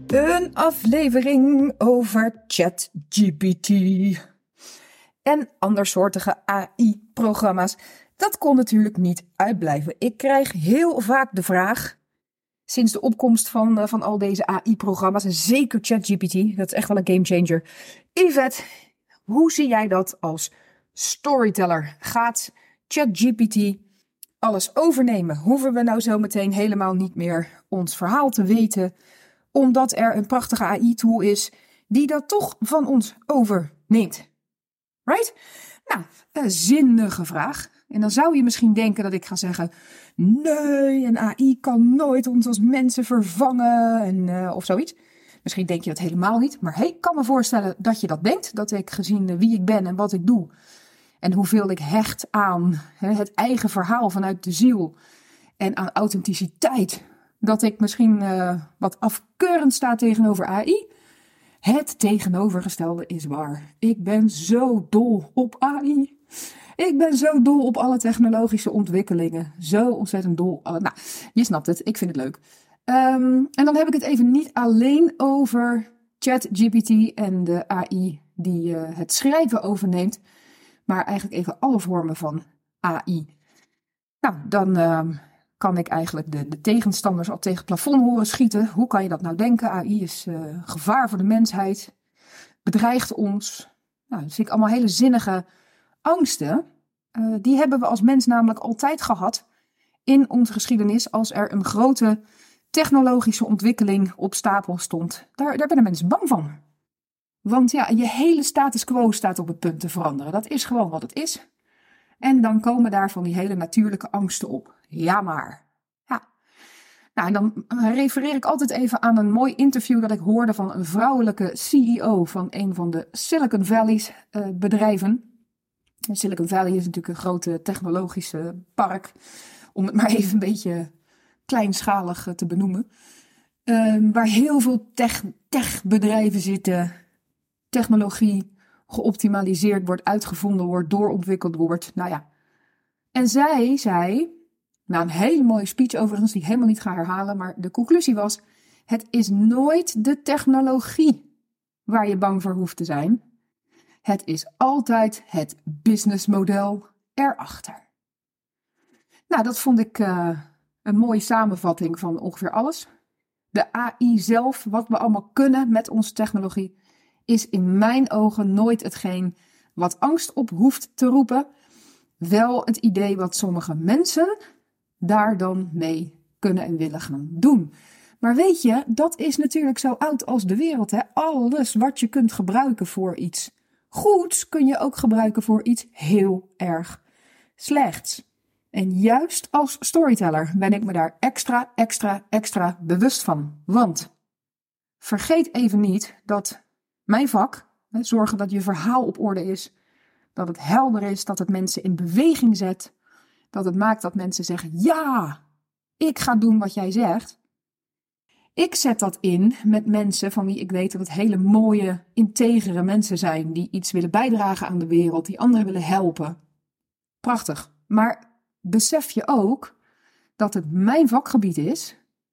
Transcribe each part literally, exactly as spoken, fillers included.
Een aflevering over ChatGPT en andersoortige A I-programma's. Dat kon natuurlijk niet uitblijven. Ik krijg heel vaak de vraag, sinds de opkomst van, uh, van al deze A I-programma's, en zeker ChatGPT, dat is echt wel een gamechanger. Yvette, hoe zie jij dat als storyteller? Gaat ChatGPT alles overnemen? Hoeven we nou zo meteen helemaal niet meer ons verhaal te weten, omdat er een prachtige A I-tool is die dat toch van ons overneemt? Right? Nou, een zinnige vraag. En dan zou je misschien denken dat ik ga zeggen, nee, een A I kan nooit ons als mensen vervangen en, uh, of zoiets. Misschien denk je dat helemaal niet. Maar hey, ik kan me voorstellen dat je dat denkt. Dat ik, gezien wie ik ben en wat ik doe en hoeveel ik hecht aan hè, het eigen verhaal vanuit de ziel en aan authenticiteit, dat ik misschien uh, wat afkeurend sta tegenover A I. Het tegenovergestelde is waar. Ik ben zo dol op A I. Ik ben zo dol op alle technologische ontwikkelingen. Zo ontzettend dol. Nou, je snapt het. Ik vind het leuk. Um, en dan heb ik het even niet alleen over ChatGPT en de A I die uh, het schrijven overneemt, maar eigenlijk even alle vormen van A I. Nou, dan uh, kan ik eigenlijk de, de tegenstanders al tegen het plafond horen schieten. Hoe kan je dat nou denken? A I is uh, gevaar voor de mensheid, bedreigt ons. Nou, dat vind ik allemaal hele zinnige angsten. Uh, die hebben we als mens namelijk altijd gehad in onze geschiedenis als er een grote technologische ontwikkeling op stapel stond. Daar, daar werden mensen bang van. Want ja, je hele status quo staat op het punt te veranderen. Dat is gewoon wat het is. En dan komen daar van die hele natuurlijke angsten op. Ja maar. Ja. Nou, en dan refereer ik altijd even aan een mooi interview dat ik hoorde van een vrouwelijke C E O van een van de Silicon Valley's uh, bedrijven. En Silicon Valley is natuurlijk een grote technologische park, om het maar even een beetje kleinschalig te benoemen. Uh, waar heel veel tech, techbedrijven zitten, technologie geoptimaliseerd wordt, uitgevonden wordt, doorontwikkeld wordt. Nou ja. En zij zei, nou een hele mooie speech overigens, die ik helemaal niet ga herhalen, maar de conclusie was, het is nooit de technologie waar je bang voor hoeft te zijn. Het is altijd het businessmodel erachter. Nou, dat vond ik uh, een mooie samenvatting van ongeveer alles. De A I zelf, wat we allemaal kunnen met onze technologie, is in mijn ogen nooit hetgeen wat angst op hoeft te roepen. Wel het idee wat sommige mensen daar dan mee kunnen en willen gaan doen. Maar weet je, dat is natuurlijk zo oud als de wereld. Hè? Alles wat je kunt gebruiken voor iets goeds, kun je ook gebruiken voor iets heel erg slechts. En juist als storyteller ben ik me daar extra, extra, extra bewust van. Want vergeet even niet dat mijn vak, hè, zorgen dat je verhaal op orde is, dat het helder is, dat het mensen in beweging zet, dat het maakt dat mensen zeggen, ja, ik ga doen wat jij zegt. Ik zet dat in met mensen van wie ik weet dat het hele mooie, integere mensen zijn, die iets willen bijdragen aan de wereld, die anderen willen helpen. Prachtig. Maar besef je ook dat het mijn vakgebied is,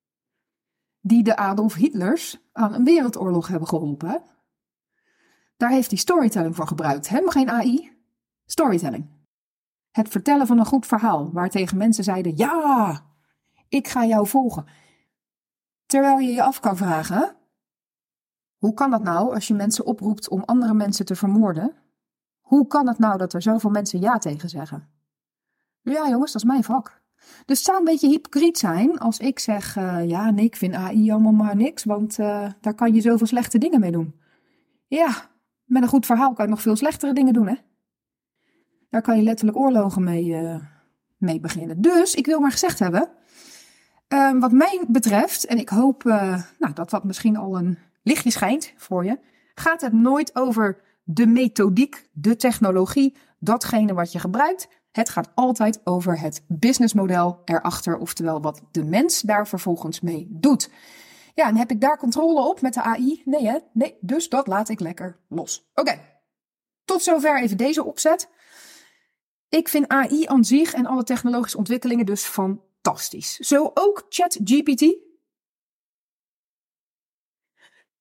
die de Adolf Hitlers aan een wereldoorlog hebben geholpen. Daar heeft hij storytelling voor gebruikt. Helemaal geen A I. Storytelling. Het vertellen van een goed verhaal, waar tegen mensen zeiden, ja, ik ga jou volgen. Terwijl je je af kan vragen, hoe kan dat nou als je mensen oproept om andere mensen te vermoorden? Hoe kan het nou dat er zoveel mensen ja tegen zeggen? Ja jongens, dat is mijn vak. Dus het zou een beetje hypocriet zijn als ik zeg, uh, ja nee, ik vind A I allemaal maar niks, want uh, daar kan je zoveel slechte dingen mee doen. Ja, met een goed verhaal kan je nog veel slechtere dingen doen, hè? Daar kan je letterlijk oorlogen mee, uh, mee beginnen. Dus ik wil maar gezegd hebben, uh, wat mij betreft, en ik hoop uh, nou, dat dat misschien al een lichtje schijnt voor je, gaat het nooit over de methodiek, de technologie, datgene wat je gebruikt. Het gaat altijd over het businessmodel erachter, oftewel wat de mens daar vervolgens mee doet. Ja, en heb ik daar controle op met de A I? Nee hè? Nee, dus dat laat ik lekker los. Oké, okay. Tot zover even deze opzet. Ik vind A I aan zich en alle technologische ontwikkelingen dus fantastisch. Zo ook ChatGPT.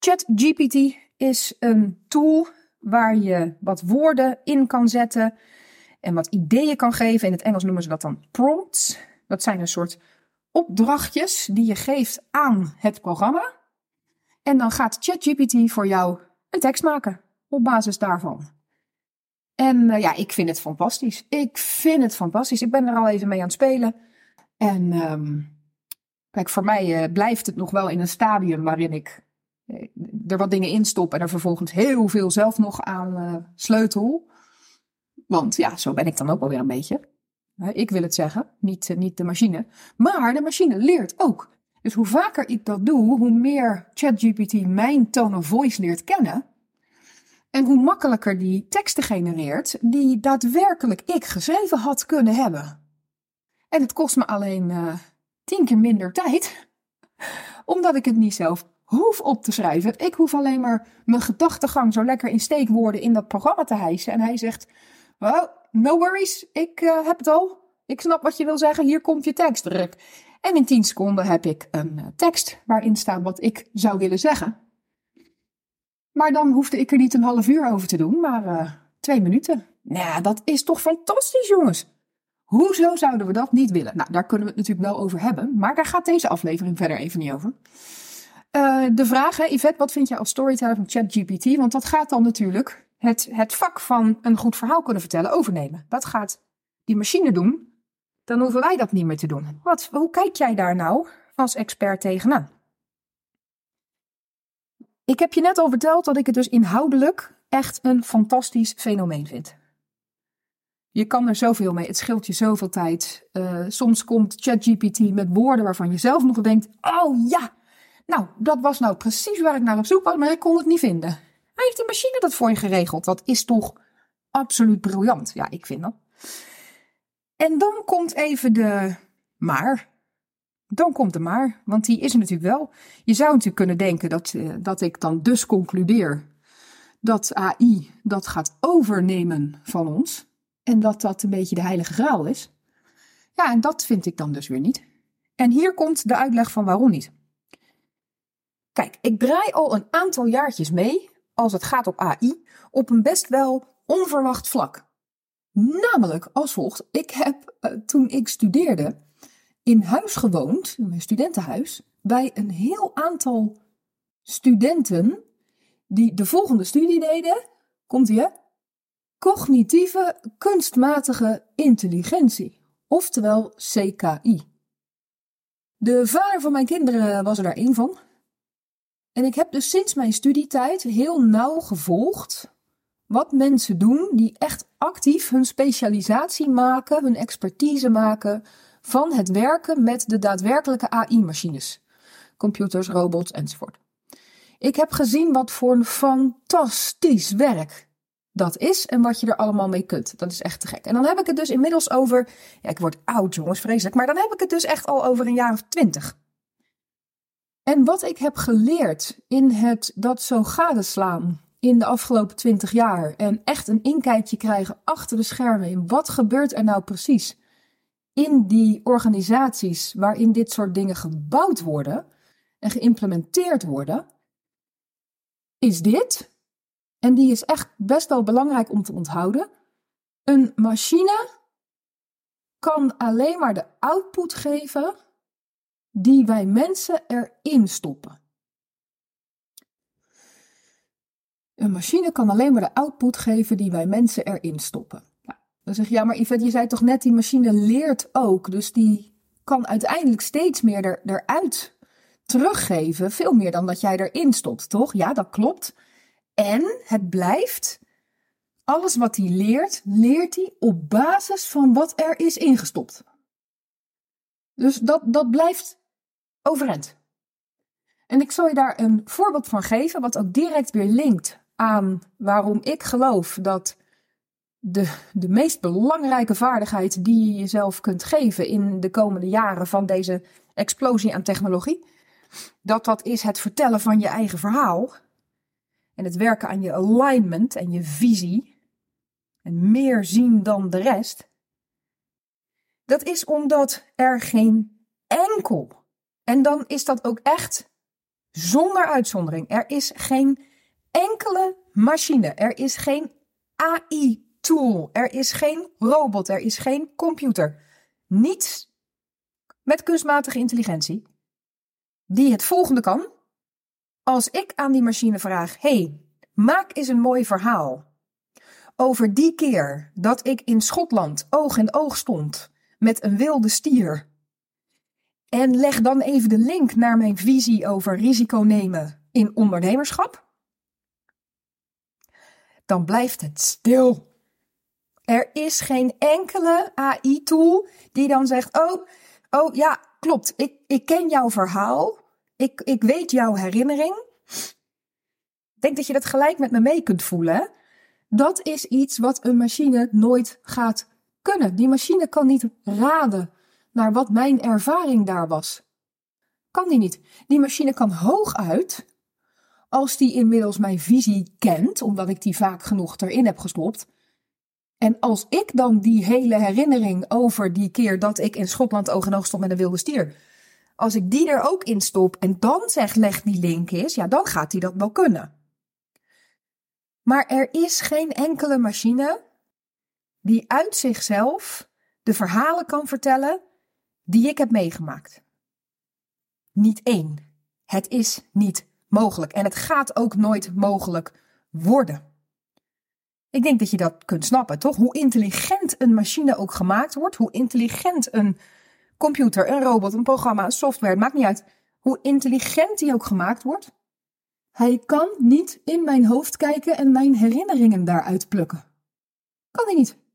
ChatGPT is een tool waar je wat woorden in kan zetten en wat ideeën kan geven. In het Engels noemen ze dat dan prompts. Dat zijn een soort opdrachtjes die je geeft aan het programma. En dan gaat ChatGPT voor jou een tekst maken op basis daarvan. En uh, ja, ik vind het fantastisch. Ik vind het fantastisch. Ik ben er al even mee aan het spelen. En um, kijk, voor mij uh, blijft het nog wel in een stadium waarin ik uh, er wat dingen in stop en er vervolgens heel veel zelf nog aan uh, sleutel. Want ja, zo ben ik dan ook alweer een beetje. Uh, ik wil het zeggen, niet, uh, niet de machine. Maar de machine leert ook. Dus hoe vaker ik dat doe, hoe meer ChatGPT mijn tone of voice leert kennen. En hoe makkelijker die teksten genereert die daadwerkelijk ik geschreven had kunnen hebben. En het kost me alleen uh, tien keer minder tijd, omdat ik het niet zelf hoef op te schrijven. Ik hoef alleen maar mijn gedachtegang zo lekker in steekwoorden in dat programma te hijsen. En hij zegt, well, no worries, ik uh, heb het al. Ik snap wat je wil zeggen, hier komt je tekst. Druk. En in tien seconden heb ik een uh, tekst waarin staat wat ik zou willen zeggen. Maar dan hoefde ik er niet een half uur over te doen, maar uh, twee minuten. Nou, dat is toch fantastisch, jongens. Hoezo zouden we dat niet willen? Nou, daar kunnen we het natuurlijk wel over hebben, maar daar gaat deze aflevering verder even niet over. Uh, de vraag, hè, Yvette, wat vind jij als storyteller van ChatGPT? Want dat gaat dan natuurlijk het, het vak van een goed verhaal kunnen vertellen overnemen. Dat gaat die machine doen, dan hoeven wij dat niet meer te doen. Wat, hoe kijk jij daar nou als expert tegenaan? Ik heb je net al verteld dat ik het dus inhoudelijk echt een fantastisch fenomeen vind. Je kan er zoveel mee, het scheelt je zoveel tijd. Uh, soms komt ChatGPT met woorden waarvan je zelf nog denkt, oh ja, nou, dat was nou precies waar ik naar op zoek was, maar ik kon het niet vinden. Hij heeft die machine dat voor je geregeld. Dat is toch absoluut briljant. Ja, ik vind dat. En dan komt even de maar. Dan komt de maar, want die is er natuurlijk wel. Je zou natuurlijk kunnen denken dat, uh, dat ik dan dus concludeer dat A I dat gaat overnemen van ons. En dat dat een beetje de heilige graal is. Ja, en dat vind ik dan dus weer niet. En hier komt de uitleg van waarom niet. Kijk, ik draai al een aantal jaartjes mee, als het gaat op A I, op een best wel onverwacht vlak. Namelijk als volgt. Ik heb, uh, toen ik studeerde, in huis gewoond, in mijn studentenhuis, bij een heel aantal studenten die de volgende studie deden. Komt-ie, hè? Cognitieve kunstmatige intelligentie, oftewel C K I. De vader van mijn kinderen was er daar één van. En ik heb dus sinds mijn studietijd heel nauw gevolgd wat mensen doen die echt actief hun specialisatie maken, hun expertise maken van het werken met de daadwerkelijke A I-machines. Computers, robots enzovoort. Ik heb gezien wat voor een fantastisch werk dat is en wat je er allemaal mee kunt. Dat is echt te gek. En dan heb ik het dus inmiddels over, ja, ik word oud jongens, vreselijk, maar dan heb ik het dus echt al over een jaar of twintig. En wat ik heb geleerd in het dat zo gadeslaan in de afgelopen twintig jaar en echt een inkijkje krijgen achter de schermen in wat gebeurt er nou precies in die organisaties waarin dit soort dingen gebouwd worden en geïmplementeerd worden, is dit, en die is echt best wel belangrijk om te onthouden, een machine kan alleen maar de output geven die wij mensen erin stoppen. Een machine kan alleen maar de output geven die wij mensen erin stoppen. Nou, dan zeg je, ja, maar Yvette, je zei toch net, die machine leert ook. Dus die kan uiteindelijk steeds meer er, eruit teruggeven. Veel meer dan dat jij erin stopt, toch? Ja, dat klopt. En het blijft, alles wat hij leert, leert hij op basis van wat er is ingestopt. Dus dat, dat blijft overeind. En ik zal je daar een voorbeeld van geven, wat ook direct weer linkt aan waarom ik geloof dat de, de meest belangrijke vaardigheid die je jezelf kunt geven in de komende jaren van deze explosie aan technologie, dat dat is het vertellen van je eigen verhaal en het werken aan je alignment en je visie en meer zien dan de rest. Dat is omdat er geen enkel, en dan is dat ook echt Zonder uitzondering. Er is geen enkele machine. Er is geen A I-tool. Er is geen robot. Er is geen computer. Niets met kunstmatige intelligentie die het volgende kan. Als ik aan die machine vraag, hey, maak eens een mooi verhaal over die keer dat ik in Schotland oog in oog stond met een wilde stier. En leg dan even de link naar mijn visie over risico nemen in ondernemerschap. Dan blijft het stil. Er is geen enkele A I-tool die dan zegt, oh, oh ja, klopt, ik, ik ken jouw verhaal. Ik, ik weet jouw herinnering. Ik denk dat je dat gelijk met me mee kunt voelen. Hè? Dat is iets wat een machine nooit gaat kunnen. Die machine kan niet raden naar wat mijn ervaring daar was. Kan die niet. Die machine kan hooguit, als die inmiddels mijn visie kent, omdat ik die vaak genoeg erin heb gestopt. En als ik dan die hele herinnering over die keer dat ik in Schotland oog in oog stond met een wilde stier, als ik die er ook in stop en dan zeg leg die link is, ja, dan gaat hij dat wel kunnen. Maar er is geen enkele machine die uit zichzelf de verhalen kan vertellen die ik heb meegemaakt. Niet één. Het is niet mogelijk. En het gaat ook nooit mogelijk worden. Ik denk dat je dat kunt snappen, toch? Hoe intelligent een machine ook gemaakt wordt, hoe intelligent een computer, een robot, een programma, een software, het maakt niet uit. Hoe intelligent die ook gemaakt wordt. Hij kan niet in mijn hoofd kijken en mijn herinneringen daaruit plukken. Kan hij niet.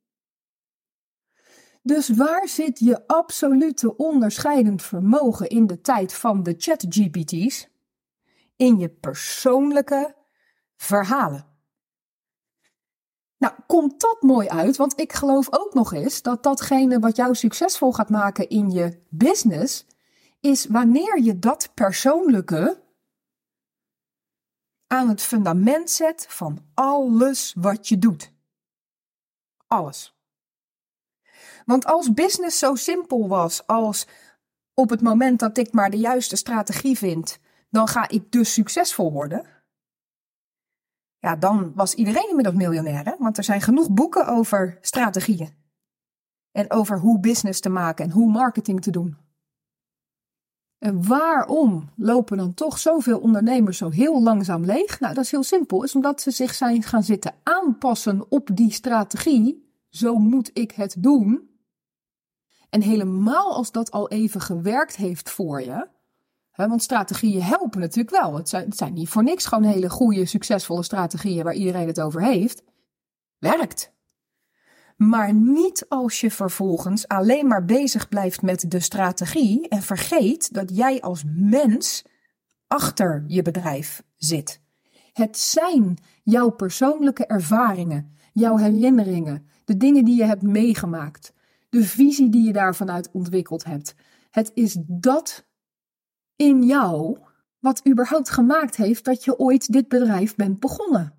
Dus waar zit je absolute onderscheidend vermogen in de tijd van de ChatGPT's? In je persoonlijke verhalen. Nou, komt dat mooi uit, want ik geloof ook nog eens dat datgene wat jou succesvol gaat maken in je business, is wanneer je dat persoonlijke aan het fundament zet van alles wat je doet. Alles. Want als business zo simpel was als op het moment dat ik maar de juiste strategie vind, dan ga ik dus succesvol worden. Ja, dan was iedereen inmiddels miljonair, hè? Want er zijn genoeg boeken over strategieën. En over hoe business te maken en hoe marketing te doen. En waarom lopen dan toch zoveel ondernemers zo heel langzaam leeg? Nou, dat is heel simpel. Is omdat ze zich zijn gaan zitten aanpassen op die strategie. Zo moet ik het doen. En helemaal als dat al even gewerkt heeft voor je. Hè, want strategieën helpen natuurlijk wel. Het zijn, het zijn niet voor niks gewoon hele goede, succesvolle strategieën waar iedereen het over heeft. Werkt. Maar niet als je vervolgens alleen maar bezig blijft met de strategie en vergeet dat jij als mens achter je bedrijf zit. Het zijn jouw persoonlijke ervaringen, jouw herinneringen, de dingen die je hebt meegemaakt, de visie die je daarvan uit ontwikkeld hebt. Het is dat in jou wat überhaupt gemaakt heeft dat je ooit dit bedrijf bent begonnen.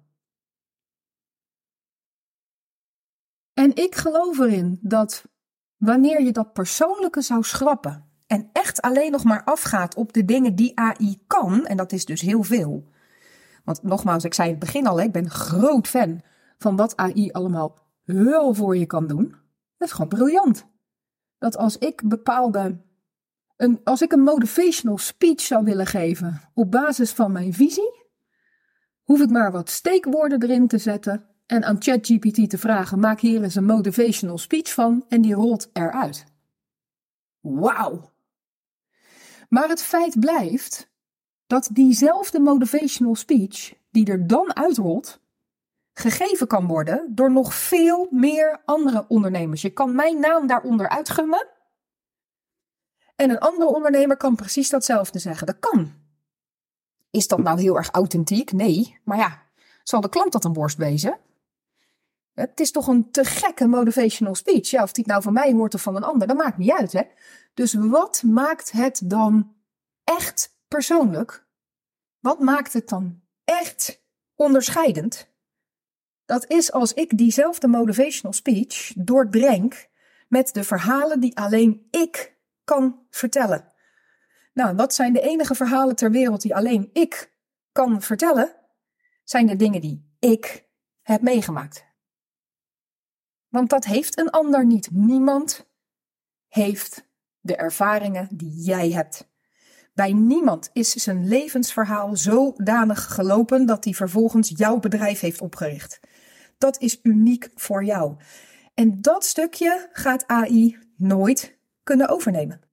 En ik geloof erin dat wanneer je dat persoonlijke zou schrappen en echt alleen nog maar afgaat op de dingen die A I kan, en dat is dus heel veel. Want nogmaals, ik zei in het begin al, ik ben groot fan van wat A I allemaal wel voor je kan doen. Dat is gewoon briljant. Dat als ik bepaalde, een, als ik een motivational speech zou willen geven op basis van mijn visie, hoef ik maar wat steekwoorden erin te zetten en aan ChatGPT te vragen, maak hier eens een motivational speech van en die rolt eruit. Wauw! Maar het feit blijft dat diezelfde motivational speech die er dan uitrolt, gegeven kan worden door nog veel meer andere ondernemers. Je kan mijn naam daaronder uitgummen en een andere ondernemer kan precies datzelfde zeggen. Dat kan. Is dat nou heel erg authentiek? Nee, maar ja, zal de klant dat een worst wezen? Het is toch een te gekke motivational speech. Ja, of die het nou van mij hoort of van een ander, dat maakt niet uit, hè? Dus wat maakt het dan echt persoonlijk? Wat maakt het dan echt onderscheidend? Dat is als ik diezelfde motivational speech doordrenk met de verhalen die alleen ik kan vertellen. Nou, wat zijn de enige verhalen ter wereld die alleen ik kan vertellen? Zijn de dingen die ik heb meegemaakt. Want dat heeft een ander niet. Niemand heeft de ervaringen die jij hebt. Bij niemand is zijn levensverhaal zodanig gelopen dat hij vervolgens jouw bedrijf heeft opgericht. Dat is uniek voor jou. En dat stukje gaat A I nooit kunnen overnemen.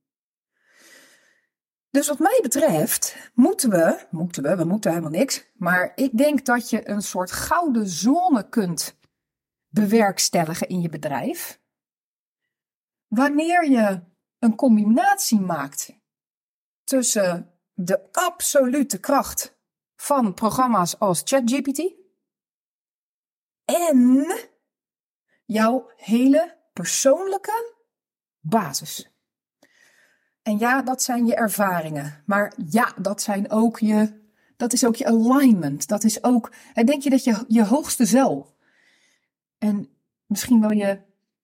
Dus wat mij betreft moeten we, moeten we, we moeten helemaal niks. Maar ik denk dat je een soort gouden zone kunt bewerkstelligen in je bedrijf. Wanneer je een combinatie maakt tussen de absolute kracht van programma's als ChatGPT en jouw hele persoonlijke basis. En ja, dat zijn je ervaringen. Maar ja, dat zijn ook je, dat is ook je alignment. Dat is ook, denk je dat je je hoogste zelf. En misschien wel je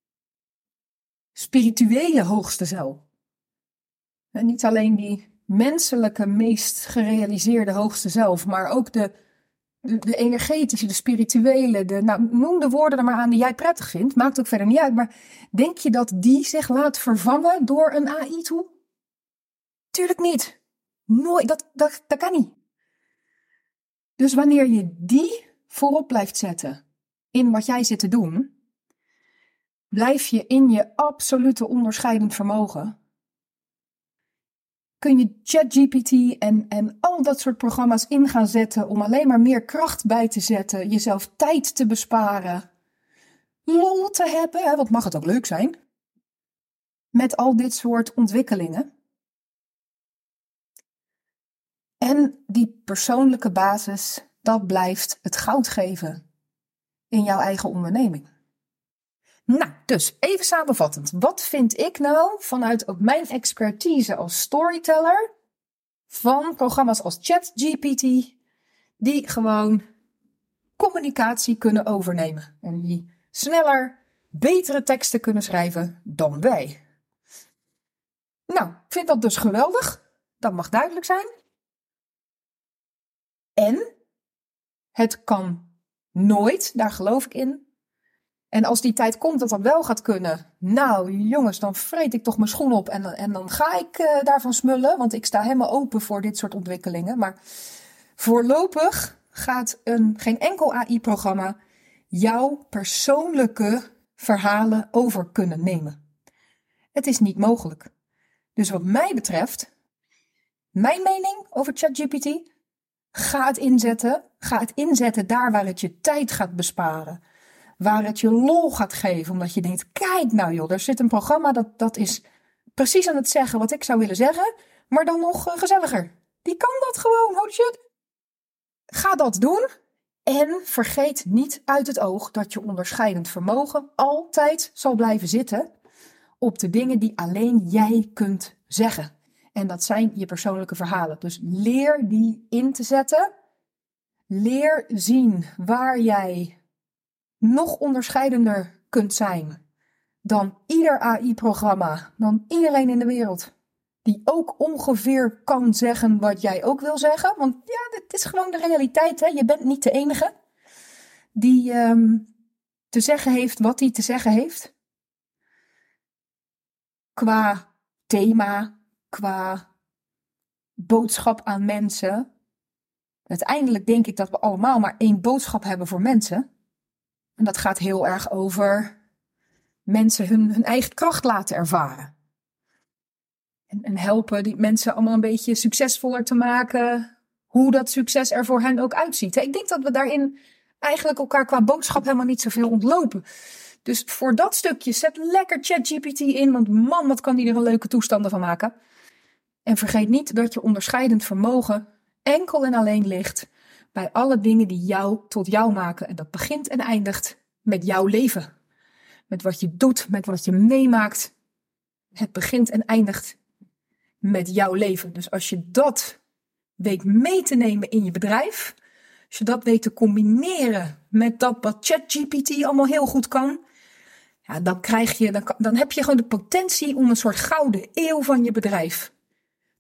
spirituele hoogste zelf. En niet alleen die menselijke, meest gerealiseerde hoogste zelf, maar ook de, de, de energetische, de spirituele, de, nou, noem de woorden er maar aan die jij prettig vindt. Maakt ook verder niet uit. Maar denk je dat die zich laat vervangen door een A I-tool? Tuurlijk niet. Nooit. Dat, dat, dat kan niet. Dus wanneer je die voorop blijft zetten in wat jij zit te doen, blijf je in je absolute onderscheidend vermogen. Kun je ChatGPT en, en al dat soort programma's in gaan zetten om alleen maar meer kracht bij te zetten, jezelf tijd te besparen, lol te hebben, hè, want mag het ook leuk zijn, met al dit soort ontwikkelingen. En die persoonlijke basis, dat blijft het goud geven in jouw eigen onderneming. Nou, dus even samenvattend. Wat vind ik nou vanuit ook mijn expertise als storyteller van programma's als ChatGPT die gewoon communicatie kunnen overnemen en die sneller, betere teksten kunnen schrijven dan wij. Nou, ik vind dat dus geweldig. Dat mag duidelijk zijn. En het kan nooit, daar geloof ik in. En als die tijd komt dat dat wel gaat kunnen, nou jongens, dan vreet ik toch mijn schoen op en, en dan ga ik uh, daarvan smullen. Want ik sta helemaal open voor dit soort ontwikkelingen. Maar voorlopig gaat een, geen enkel A I-programma jouw persoonlijke verhalen over kunnen nemen. Het is niet mogelijk. Dus wat mij betreft, mijn mening over ChatGPT, ga het inzetten. Ga het inzetten daar waar het je tijd gaat besparen. Waar het je lol gaat geven. Omdat je denkt, kijk nou joh, er zit een programma dat, dat is precies aan het zeggen wat ik zou willen zeggen. Maar dan nog uh, gezelliger. Die kan dat gewoon, holy shit. Ga dat doen. En vergeet niet uit het oog dat je onderscheidend vermogen altijd zal blijven zitten op de dingen die alleen jij kunt zeggen. En dat zijn je persoonlijke verhalen. Dus leer die in te zetten. Leer zien waar jij nog onderscheidender kunt zijn dan ieder A I-programma, dan iedereen in de wereld. Die ook ongeveer kan zeggen wat jij ook wil zeggen. Want ja, dit is gewoon de realiteit. Hè? Je bent niet de enige die um, te zeggen heeft wat hij te zeggen heeft. Qua thema, qua boodschap aan mensen. Uiteindelijk denk ik dat we allemaal maar één boodschap hebben voor mensen. En dat gaat heel erg over mensen hun, hun eigen kracht laten ervaren. En, en helpen die mensen allemaal een beetje succesvoller te maken. Hoe dat succes er voor hen ook uitziet. Ik denk dat we daarin eigenlijk elkaar qua boodschap helemaal niet zoveel ontlopen. Dus voor dat stukje zet lekker ChatGPT in. Want man, wat kan die er een leuke toestanden van maken. En vergeet niet dat je onderscheidend vermogen enkel en alleen ligt bij alle dingen die jou tot jou maken. En dat begint en eindigt met jouw leven. Met wat je doet, met wat je meemaakt. Het begint en eindigt met jouw leven. Dus als je dat weet mee te nemen in je bedrijf, als je dat weet te combineren met dat wat ChatGPT allemaal heel goed kan, ja, dan krijg je, dan, dan heb je gewoon de potentie om een soort gouden eeuw van je bedrijf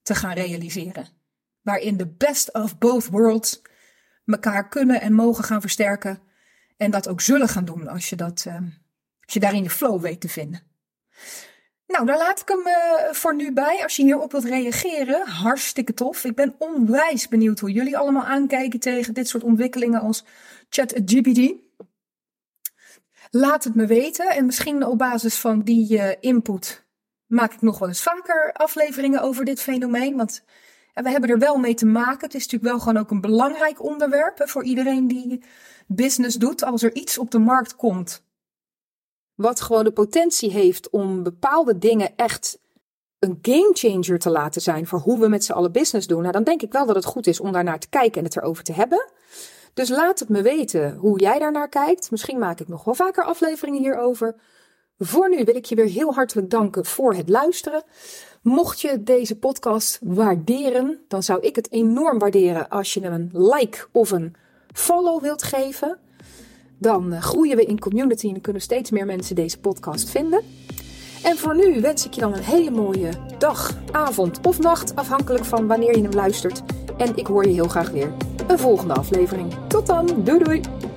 te gaan realiseren. Waarin de best of both worlds elkaar kunnen en mogen gaan versterken. En dat ook zullen gaan doen als je, dat, uh, als je daarin je flow weet te vinden. Nou, daar laat ik hem uh, voor nu bij. Als je hierop wilt reageren, hartstikke tof. Ik ben onwijs benieuwd hoe jullie allemaal aankijken tegen dit soort ontwikkelingen als ChatGPT. Laat het me weten. En misschien op basis van die uh, input maak ik nog wel eens vaker afleveringen over dit fenomeen. Want ja, we hebben er wel mee te maken. Het is natuurlijk wel gewoon ook een belangrijk onderwerp hè, voor iedereen die business doet. Als er iets op de markt komt wat gewoon de potentie heeft om bepaalde dingen echt een gamechanger te laten zijn voor hoe we met z'n allen business doen. Nou, dan denk ik wel dat het goed is om daarnaar te kijken en het erover te hebben. Dus laat het me weten hoe jij daarnaar kijkt. Misschien maak ik nog wel vaker afleveringen hierover. Voor nu wil ik je weer heel hartelijk danken voor het luisteren. Mocht je deze podcast waarderen, dan zou ik het enorm waarderen als je hem een like of een follow wilt geven. Dan groeien we in community en dan kunnen steeds meer mensen deze podcast vinden. En voor nu wens ik je dan een hele mooie dag, avond of nacht, afhankelijk van wanneer je hem luistert. En ik hoor je heel graag weer een volgende aflevering. Tot dan, doei doei!